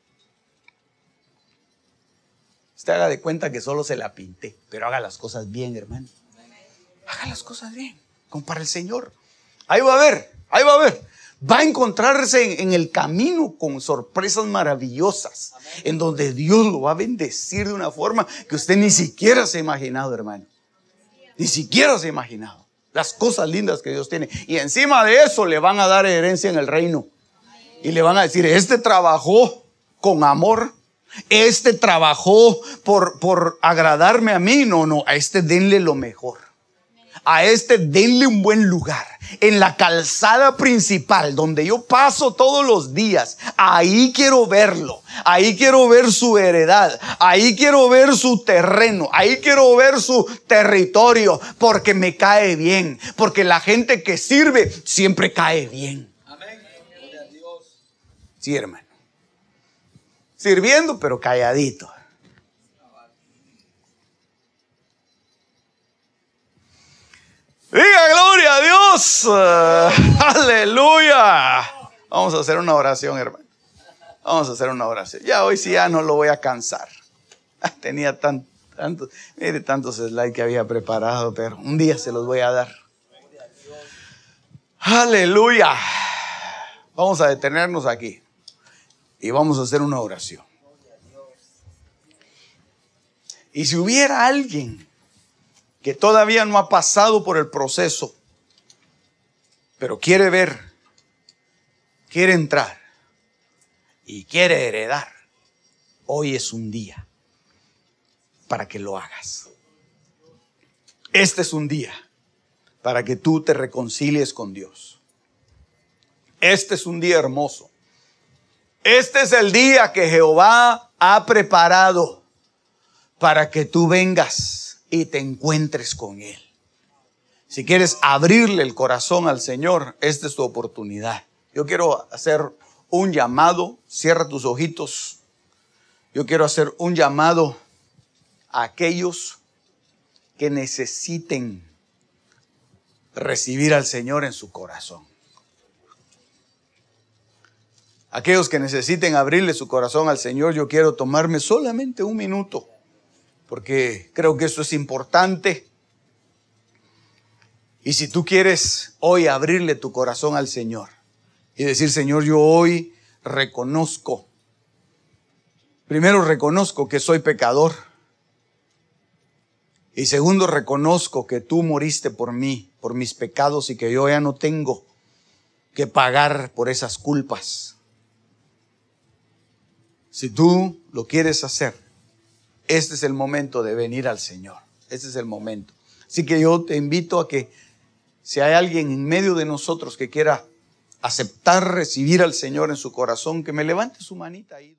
Usted haga de cuenta que solo se la pinté, pero haga las cosas bien, hermano. Haga las cosas bien, como para el Señor. Ahí va a ver, ahí va a ver. Va a encontrarse en, en el camino con sorpresas maravillosas. Amén. En donde Dios lo va a bendecir de una forma que usted ni siquiera se ha imaginado, hermano. Ni siquiera se ha imaginado. Las cosas lindas que Dios tiene. Y encima de eso le van a dar herencia en el reino. Y le van a decir, este trabajó con amor. Este trabajó por, por agradarme a mí. No, no, a este denle lo mejor. A este denle un buen lugar. En la calzada principal donde yo paso todos los días. Ahí quiero verlo. Ahí quiero ver su heredad. Ahí quiero ver su terreno. Ahí quiero ver su territorio. Porque me cae bien. Porque la gente que sirve siempre cae bien. Amén. Sí, hermano. Sirviendo pero calladito. Diga gloria a Dios. Uh, aleluya. Vamos a hacer una oración, hermano. Vamos a hacer una oración. Ya hoy sí ya no lo voy a cansar. Tenía tan, tantos, mire, tantos slides que había preparado, pero un día se los voy a dar. Aleluya. Vamos a detenernos aquí y vamos a hacer una oración. Y si hubiera alguien que todavía no ha pasado por el proceso, pero quiere ver, quiere entrar y quiere heredar, hoy es un día para que lo hagas. Este es un día para que tú te reconcilies con Dios. Este es un día hermoso. Este es el día que Jehová ha preparado para que tú vengas y te encuentres con Él. Si quieres abrirle el corazón al Señor, esta es tu oportunidad. Yo quiero hacer un llamado. Cierra tus ojitos. Yo quiero hacer un llamado a aquellos que necesiten recibir al Señor en su corazón. Aquellos que necesiten abrirle su corazón al Señor, yo quiero tomarme solamente un minuto, porque creo que eso es importante. Y si tú quieres hoy abrirle tu corazón al Señor y decir, Señor, yo hoy reconozco, primero reconozco que soy pecador. Y segundo, reconozco que tú moriste por mí, por mis pecados, y que yo ya no tengo que pagar por esas culpas. Si tú lo quieres hacer, este es el momento de venir al Señor. Este es el momento. Así que yo te invito a que si hay alguien en medio de nosotros que quiera aceptar, recibir al Señor en su corazón, que me levante su manita ahí.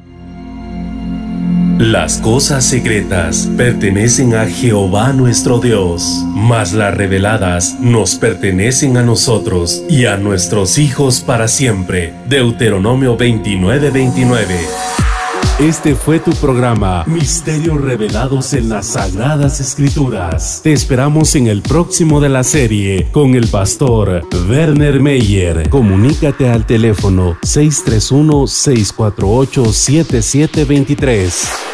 Las cosas secretas pertenecen a Jehová nuestro Dios, mas las reveladas nos pertenecen a nosotros y a nuestros hijos para siempre. Deuteronomio veintinueve, veintinueve. Este fue tu programa Misterios Revelados en las Sagradas Escrituras. Te esperamos en el próximo de la serie con el pastor Werner Meyer. Comunícate al teléfono seis tres uno, seis cuatro ocho, siete siete dos tres.